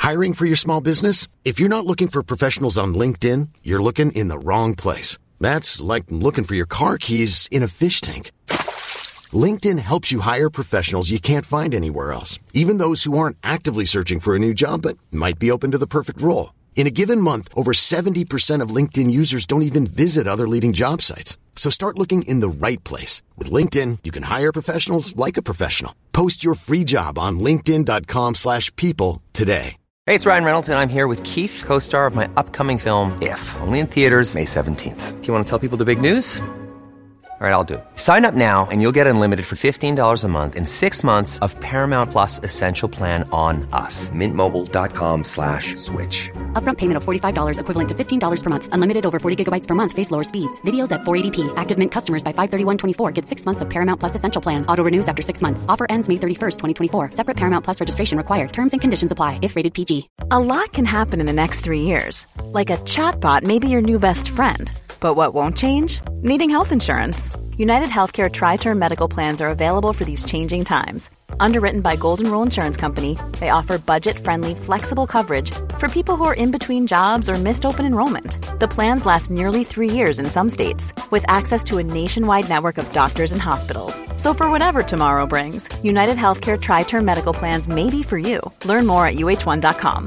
Hiring for your small business? If you're not looking for professionals on LinkedIn, you're looking in the wrong place. That's like looking for your car keys in a fish tank. LinkedIn helps you hire professionals you can't find anywhere else, even those who aren't actively searching for a new job but might be open to the perfect role. In a given month, over 70% of LinkedIn users don't even visit other leading job sites. So start looking in the right place. With LinkedIn, you can hire professionals like a professional. Post your free job on linkedin.com/people today. Hey, it's Ryan Reynolds, and I'm here with Keith, co-star of my upcoming film, If, only in theaters May 17th. Do you want to tell people the big news? All right, I'll do it. Sign up now and you'll get unlimited for $15 a month and 6 months of Paramount Plus Essential Plan on us. MintMobile.com/switch. Upfront payment of $45 equivalent to $15 per month. Unlimited over 40 gigabytes per month. Face lower speeds. Videos at 480p. Active Mint customers by 531.24 get 6 months of Paramount Plus Essential Plan. Auto renews after 6 months. Offer ends May 31st, 2024. Separate Paramount Plus registration required. Terms and conditions apply if rated PG. A lot can happen in the next 3 years. Like a chatbot may be your new best friend. But what won't change? Needing health insurance. United Healthcare Tri-Term Medical Plans are available for these changing times. Underwritten by Golden Rule Insurance Company, they offer budget-friendly, flexible coverage for people who are in between jobs or missed open enrollment. The plans last nearly 3 years in some states, with access to a nationwide network of doctors and hospitals. So for whatever tomorrow brings, United Healthcare Tri-Term Medical Plans may be for you. Learn more at uh1.com.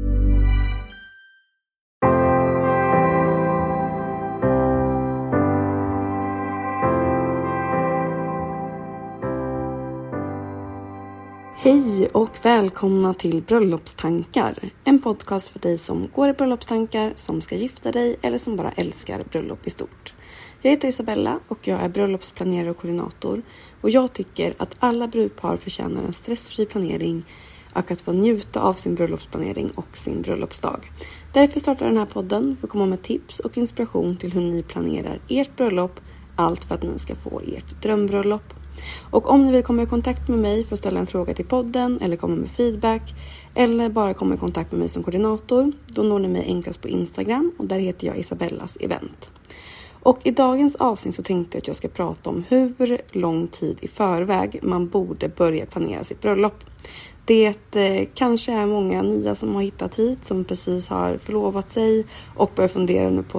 Hej och välkomna till Bröllopstankar. En podcast för dig som går i bröllopstankar, som ska gifta dig eller som bara älskar bröllop i stort. Jag heter Isabella och jag är bröllopsplanerare och koordinator. Och jag tycker att alla brudpar förtjänar en stressfri planering och att få njuta av sin bröllopsplanering och sin bröllopsdag. Därför startar den här podden för att komma med tips och inspiration till hur ni planerar ert bröllop. Allt för att ni ska få ert drömbröllop. Och om ni vill komma i kontakt med mig för att ställa en fråga till podden eller komma med feedback eller bara komma i kontakt med mig som koordinator, då når ni mig enklast på Instagram och där heter jag Isabellas event. Och i dagens avsnitt så tänkte jag att jag ska prata om hur lång tid i förväg man borde börja planera sitt bröllop. Det kanske är många nya som har hittat hit, som precis har förlovat sig och börjar fundera nu på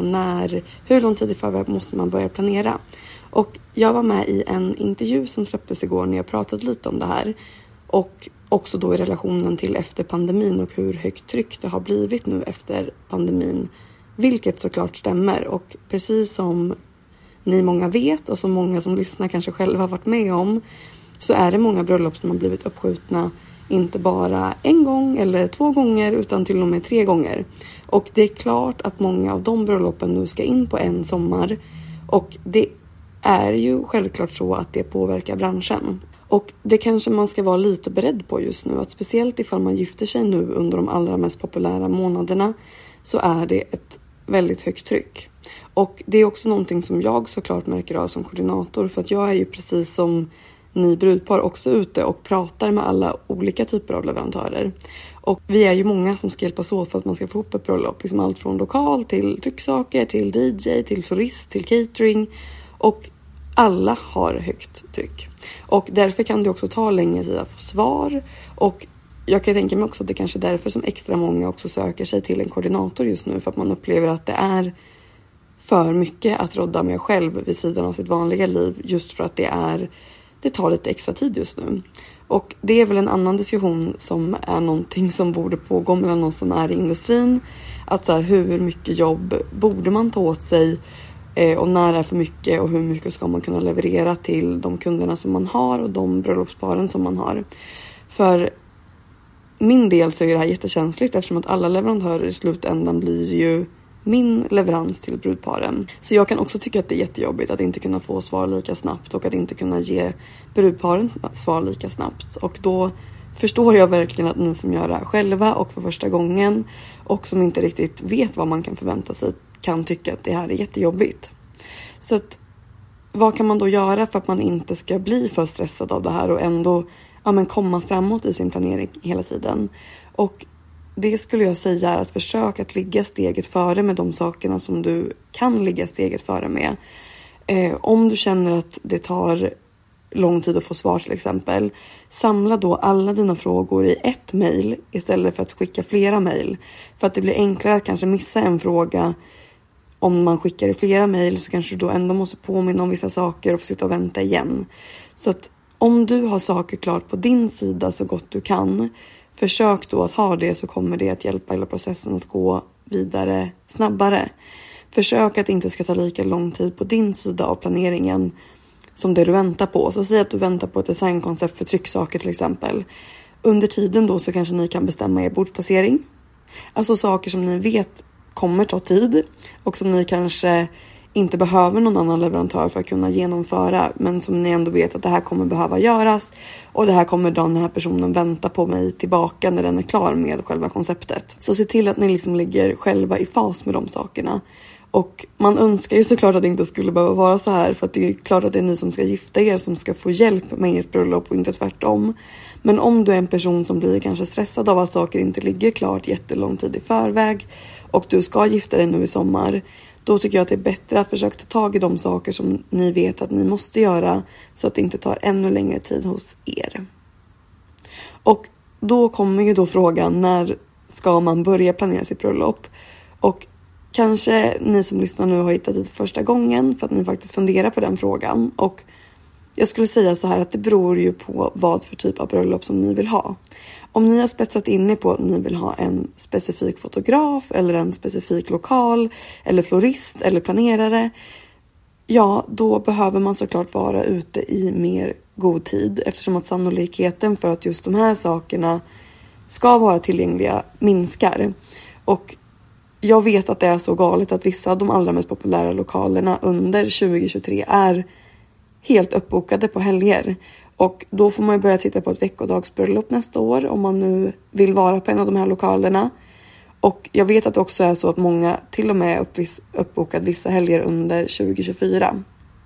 hur lång tid i förväg måste man börja planera. Och jag var med i en intervju som släpptes igår när jag pratade lite om det här. Och också då i relationen till efter pandemin och hur högt tryck det har blivit nu efter pandemin. Vilket såklart stämmer. Och precis som ni många vet och som många som lyssnar kanske själva har varit med om, så är det många bröllop som har blivit uppskjutna inte bara en gång eller 2 gånger utan till och med 3 gånger. Och det är klart att många av de bröllopen nu ska in på en sommar. Och det är ju självklart så att det påverkar branschen. Och det kanske man ska vara lite beredd på just nu. Att speciellt ifall man gifter sig nu under de allra mest populära månaderna så är det ett väldigt högt tryck. Och det är också någonting som jag såklart märker av som koordinator. För att jag är ju precis som ni brudpar också ute och pratar med alla olika typer av leverantörer. Och vi är ju många som ska hjälpas åt för att man ska få ihop ett bröllop. Liksom allt från lokal till trycksaker, till DJ, till florist, till catering. Och alla har högt tryck. Och därför kan det också ta längre tid att få svar. Och jag kan tänka mig också att det kanske är därför som extra många också söker sig till en koordinator just nu. För att man upplever att det är för mycket att rodda med själv vid sidan av sitt vanliga liv. Just för att det tar lite extra tid just nu. Och det är väl en annan diskussion som är någonting som borde pågå mellan någon som är i industrin. Att så här, hur mycket jobb borde man ta åt sig? Och när det är för mycket och hur mycket ska man kunna leverera till de kunderna som man har och de bröllopsparen som man har. För min del så är det här jättekänsligt eftersom att alla leverantörer i slutändan blir ju min leverans till brudparen. Så jag kan också tycka att det är jättejobbigt att inte kunna få svar lika snabbt och att inte kunna ge brudparen svar lika snabbt. Och då förstår jag verkligen att ni som gör det här själva och för första gången och som inte riktigt vet vad man kan förvänta sig kan tycka att det här är jättejobbigt. Så att, vad kan man då göra för att man inte ska bli för stressad av det här och ändå komma framåt i sin planering hela tiden? Och det skulle jag säga är att försöka att ligga steget före med de sakerna som du kan ligga steget före med. Om du känner att det tar lång tid att få svar till exempel. Samla då alla dina frågor i ett mejl istället för att skicka flera mejl. För att det blir enklare att kanske missa en fråga. Om man skickar i flera mejl så kanske du då ändå måste påminna om vissa saker och få sitta och vänta igen. Så att om du har saker klart på din sida så gott du kan, försök då att ha det, så kommer det att hjälpa hela processen att gå vidare snabbare. Försök att det inte ska ta lika lång tid på din sida av planeringen som det du väntar på. Så säg att du väntar på ett designkoncept för trycksaker till exempel. Under tiden då så kanske ni kan bestämma er bordsplacering. Alltså saker som ni vet kommer ta tid och som ni kanske inte behöver någon annan leverantör för att kunna genomföra, men som ni ändå vet att det här kommer behöva göras och det här kommer den här personen vänta på mig tillbaka när den är klar med själva konceptet. Så se till att ni liksom ligger själva i fas med de sakerna. Och man önskar ju såklart att det inte skulle behöva vara så här, för att det är klart att det är ni som ska gifta er som ska få hjälp med ert bröllop och inte tvärtom. Men om du är en person som blir kanske stressad av att saker inte ligger klart jättelång tid i förväg och du ska gifta dig nu i sommar, då tycker jag att det är bättre att försöka ta tag i de saker som ni vet att ni måste göra så att det inte tar ännu längre tid hos er. Och då kommer ju då frågan, när ska man börja planera sitt bröllop? Och kanske ni som lyssnar nu har hittat dit första gången för att ni faktiskt funderar på den frågan. Och jag skulle säga så här att det beror ju på vad för typ av bröllop som ni vill ha. Om ni har spetsat in er på att ni vill ha en specifik fotograf eller en specifik lokal eller florist eller planerare, ja, då behöver man såklart vara ute i mer god tid, eftersom att sannolikheten för att just de här sakerna ska vara tillgängliga minskar. Och jag vet att det är så galet att vissa av de allra mest populära lokalerna under 2023 är helt uppbokade på helger. Och då får man ju börja titta på ett veckodagsbröllop nästa år om man nu vill vara på en av de här lokalerna. Och jag vet att det också är så att många till och med är uppbokade vissa helger under 2024.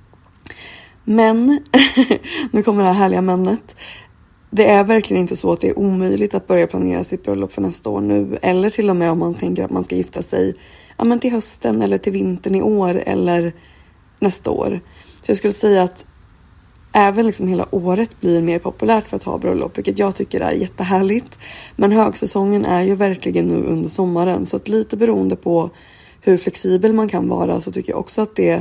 Men, nu kommer det här härliga männet. Det är verkligen inte så att det är omöjligt att börja planera sitt bröllop för nästa år nu. Eller till och med om man tänker att man ska gifta sig till hösten eller till vintern i år eller nästa år. Så jag skulle säga att även liksom hela året blir mer populärt för att ha bröllop, vilket jag tycker är jättehärligt. Men högsäsongen är ju verkligen nu under sommaren, så att lite beroende på hur flexibel man kan vara så tycker jag också att det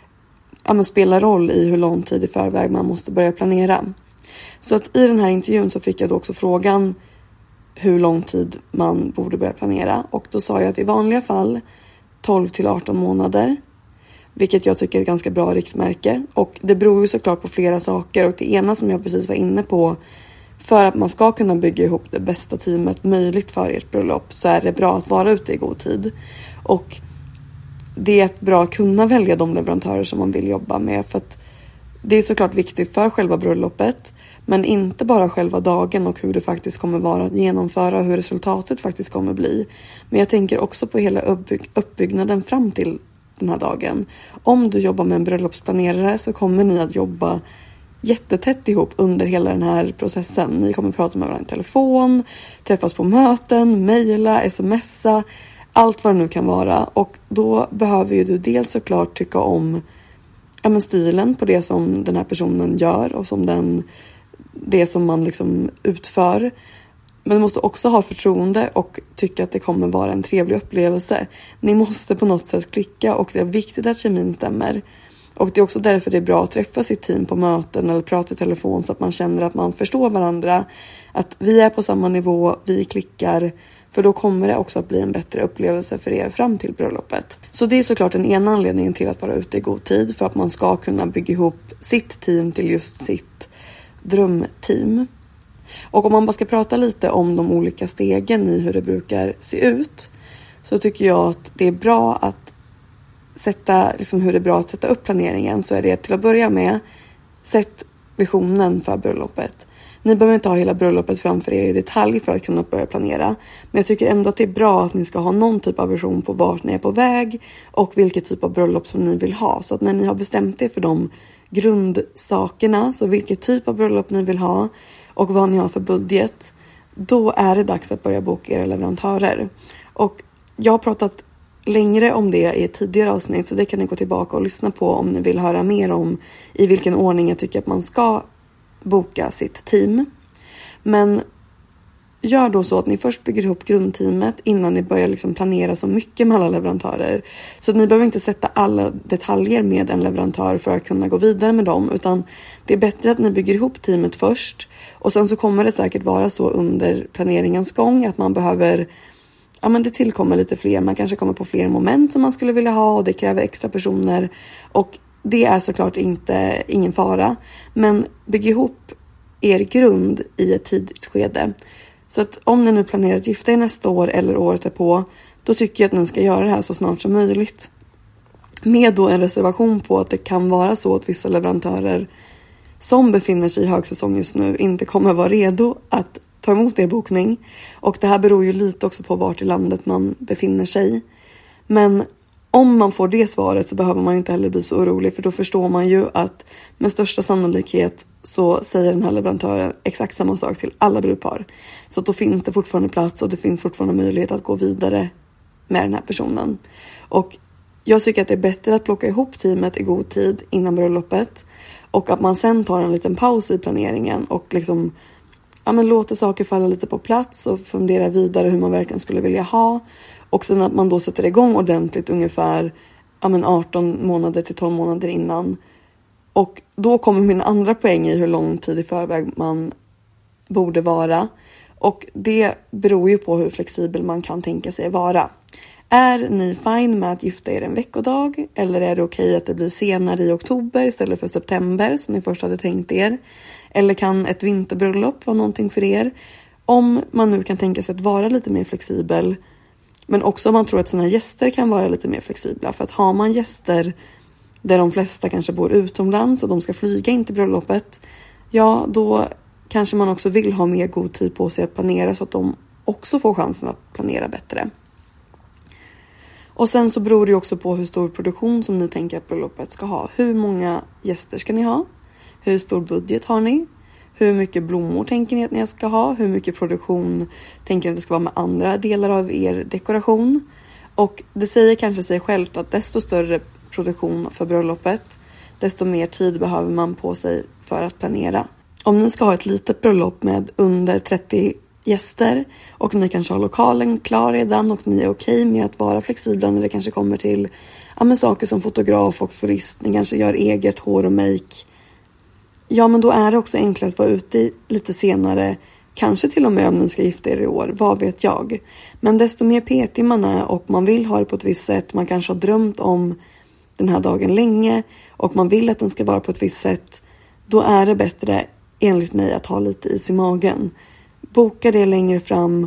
spelar roll i hur lång tid i förväg man måste börja planera. Så att i den här intervjun så fick jag då också frågan hur lång tid man borde börja planera. Och då sa jag att i vanliga fall 12 till 18 månader. Vilket jag tycker är ett ganska bra riktmärke. Och det beror ju såklart på flera saker. Och det ena som jag precis var inne på, för att man ska kunna bygga ihop det bästa teamet möjligt för ert bröllop, så är det bra att vara ute i god tid. Och det är bra att kunna välja de leverantörer som man vill jobba med. För att det är såklart viktigt för själva bröllopet. Men inte bara själva dagen och hur det faktiskt kommer vara att genomföra och hur resultatet faktiskt kommer bli. Men jag tänker också på hela uppbyggnaden fram till den här dagen. Om du jobbar med en bröllopsplanerare så kommer ni att jobba jättetätt ihop under hela den här processen. Ni kommer prata med varandra i telefon, träffas på möten, mejla, smsa, allt vad det nu kan vara. Och då behöver ju du dels såklart tycka om stilen på det som den här personen gör och som det som man liksom utför. Men du måste också ha förtroende och tycka att det kommer vara en trevlig upplevelse. Ni måste på något sätt klicka och det är viktigt att kemin stämmer. Och det är också därför det är bra att träffa sitt team på möten eller prata i telefon så att man känner att man förstår varandra. Att vi är på samma nivå, vi klickar. För då kommer det också att bli en bättre upplevelse för er fram till bröllopet. Så det är såklart den ena anledningen till att vara ute i god tid. För att man ska kunna bygga ihop sitt team till just sitt drömteam. Och om man bara ska prata lite om de olika stegen i hur det brukar se ut, så tycker jag att det är bra att hur det är bra att sätta upp planeringen. Så är det till att börja med, sätt visionen för bröllopet. Ni behöver inte ha hela bröllopet framför er i detalj för att kunna börja planera. Men jag tycker ändå att det är bra att ni ska ha någon typ av vision på vart ni är på väg och vilket typ av bröllop som ni vill ha. Så att när ni har bestämt er för de grundsakerna, så vilket typ av bröllop ni vill ha och vad ni har för budget, då är det dags att börja boka era leverantörer. Och jag har pratat längre om det i ett tidigare avsnitt, så det kan ni gå tillbaka och lyssna på om ni vill höra mer om i vilken ordning jag tycker att man ska boka sitt team. Men gör då så att ni först bygger ihop grundteamet innan ni börjar liksom planera så mycket med alla leverantörer. Så att ni behöver inte sätta alla detaljer med en leverantör för att kunna gå vidare med dem. Utan det är bättre att ni bygger ihop teamet först. Och sen så kommer det säkert vara så under planeringens gång att man behöver... Ja, men det tillkommer lite fler. Man kanske kommer på fler moment som man skulle vilja ha. Och det kräver extra personer. Och det är såklart ingen fara. Men bygg ihop er grund i ett tidigt skede. Så att om ni nu planerar att gifta er nästa år eller året därpå, då tycker jag att ni ska göra det här så snart som möjligt. Med då en reservation på att det kan vara så att vissa leverantörer som befinner sig i högsäsong just nu inte kommer vara redo att ta emot er bokning. Och det här beror ju lite också på vart i landet man befinner sig. Men om man får det svaret så behöver man inte heller bli så orolig, för då förstår man ju att med största sannolikhet så säger den här leverantören exakt samma sak till alla brudpar. Så då finns det fortfarande plats och det finns fortfarande möjlighet att gå vidare med den här personen. Och jag tycker att det är bättre att plocka ihop teamet i god tid innan bröllopet och att man sen tar en liten paus i planeringen och liksom låter saker falla lite på plats och fundera vidare hur man verkligen skulle vilja ha. Och sen att man då sätter igång ordentligt ungefär 18 månader till 12 månader innan. Och då kommer min andra poäng i hur lång tid i förväg man borde vara. Och det beror ju på hur flexibel man kan tänka sig vara. Är ni fine med att gifta er en veckodag? Eller är det okej att det blir senare i oktober istället för september som ni först hade tänkt er? Eller kan ett vinterbröllop vara någonting för er? Om man nu kan tänka sig att vara lite mer flexibel. Men också om man tror att sina gäster kan vara lite mer flexibla. För att har man gäster där de flesta kanske bor utomlands och de ska flyga in till bröllopet. Ja, då kanske man också vill ha mer god tid på sig att planera så att de också får chansen att planera bättre. Och sen så beror det också på hur stor produktion som ni tänker att bröllopet ska ha. Hur många gäster ska ni ha? Hur stor budget har ni? Hur mycket blommor tänker ni att ni ska ha? Hur mycket produktion tänker ni att det ska vara med andra delar av er dekoration? Och det säger kanske sig självt att desto större produktion för bröllopet, desto mer tid behöver man på sig för att planera. Om ni ska ha ett litet bröllop med under 30 gäster och ni kanske har lokalen klar redan och ni är okej med att vara flexibla när det kanske kommer till saker som fotograf och florist, ni kanske gör eget hår och make. Ja, men då är det också enklare att vara ute lite senare, kanske till och med om ni ska gifta er i år, vad vet jag. Men desto mer petig man är och man vill ha det på ett visst sätt, man kanske har drömt om den här dagen länge och man vill att den ska vara på ett visst sätt, då är det bättre enligt mig att ha lite is i magen. Boka det längre fram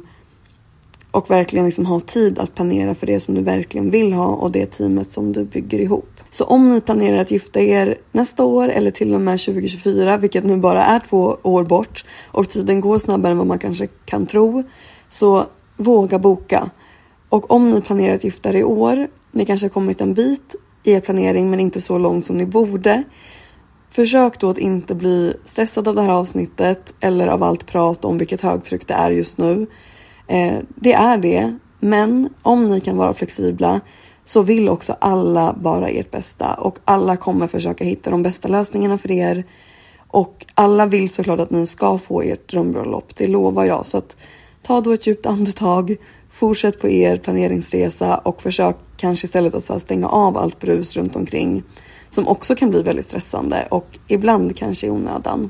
och verkligen liksom ha tid att planera för det som du verkligen vill ha och det teamet som du bygger ihop. Så om ni planerar att gifta er nästa år eller till och med 2024, vilket nu bara är 2 år bort och tiden går snabbare än vad man kanske kan tro, så våga boka. Och om ni planerar att gifta er i år, ni kanske har kommit en bit i er planering men inte så långt som ni borde. Försök då att inte bli stressad av det här avsnittet eller av allt prat om vilket högtryck det är just nu. Det är det, men om ni kan vara flexibla så vill också alla bara ert bästa och alla kommer försöka hitta de bästa lösningarna för er och alla vill såklart att ni ska få ert drömbröllop, det lovar jag. Så att ta då ett djupt andetag, fortsätt på er planeringsresa och försök kanske istället att stänga av allt brus runt omkring som också kan bli väldigt stressande och ibland kanske i onödan.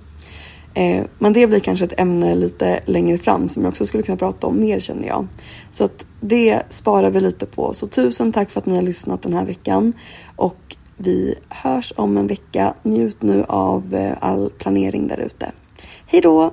Men det blir kanske ett ämne lite längre fram som jag också skulle kunna prata om mer, känner jag. Så att det sparar vi lite på. Så 1000 tack för att ni har lyssnat den här veckan. Och vi hörs om en vecka. Njut nu av all planering där ute. Hej då!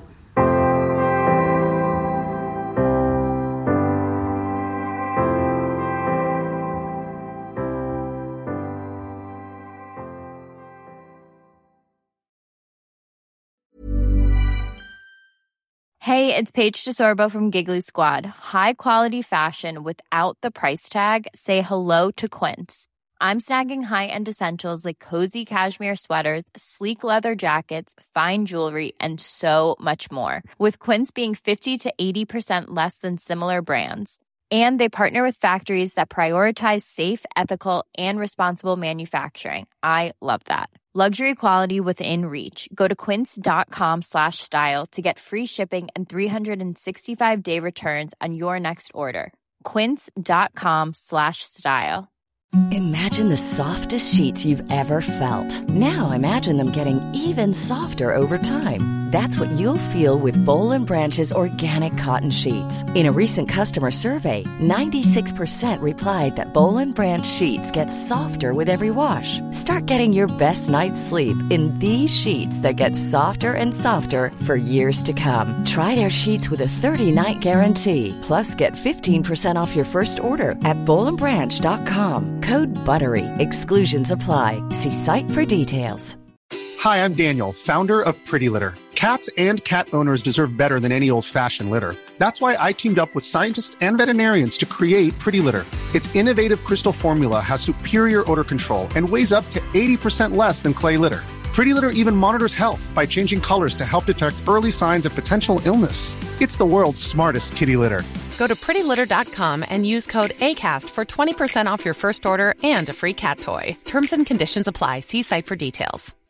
Hey, it's Paige DeSorbo from Giggly Squad. High quality fashion without the price tag. Say hello to Quince. I'm snagging high-end essentials like cozy cashmere sweaters, sleek leather jackets, fine jewelry, and so much more. With Quince being 50 to 80% less than similar brands. And they partner with factories that prioritize safe, ethical, and responsible manufacturing. I love that. Luxury quality within reach. Go to quince.com/style to get free shipping and 365-day returns on your next order. Quince.com/style. Imagine the softest sheets you've ever felt. Now imagine them getting even softer over time. That's what you'll feel with Boll & Branch's organic cotton sheets. In a recent customer survey, 96% replied that Boll & Branch sheets get softer with every wash. Start getting your best night's sleep in these sheets that get softer and softer for years to come. Try their sheets with a 30-night guarantee. Plus, get 15% off your first order at bollandbranch.com. Code BUTTERY. Exclusions apply. See site for details. Hi, I'm Daniel, founder of Pretty Litter. Cats and cat owners deserve better than any old-fashioned litter. That's why I teamed up with scientists and veterinarians to create Pretty Litter. Its innovative crystal formula has superior odor control and weighs up to 80% less than clay litter. Pretty Litter even monitors health by changing colors to help detect early signs of potential illness. It's the world's smartest kitty litter. Go to prettylitter.com and use code ACAST for 20% off your first order and a free cat toy. Terms and conditions apply. See site for details.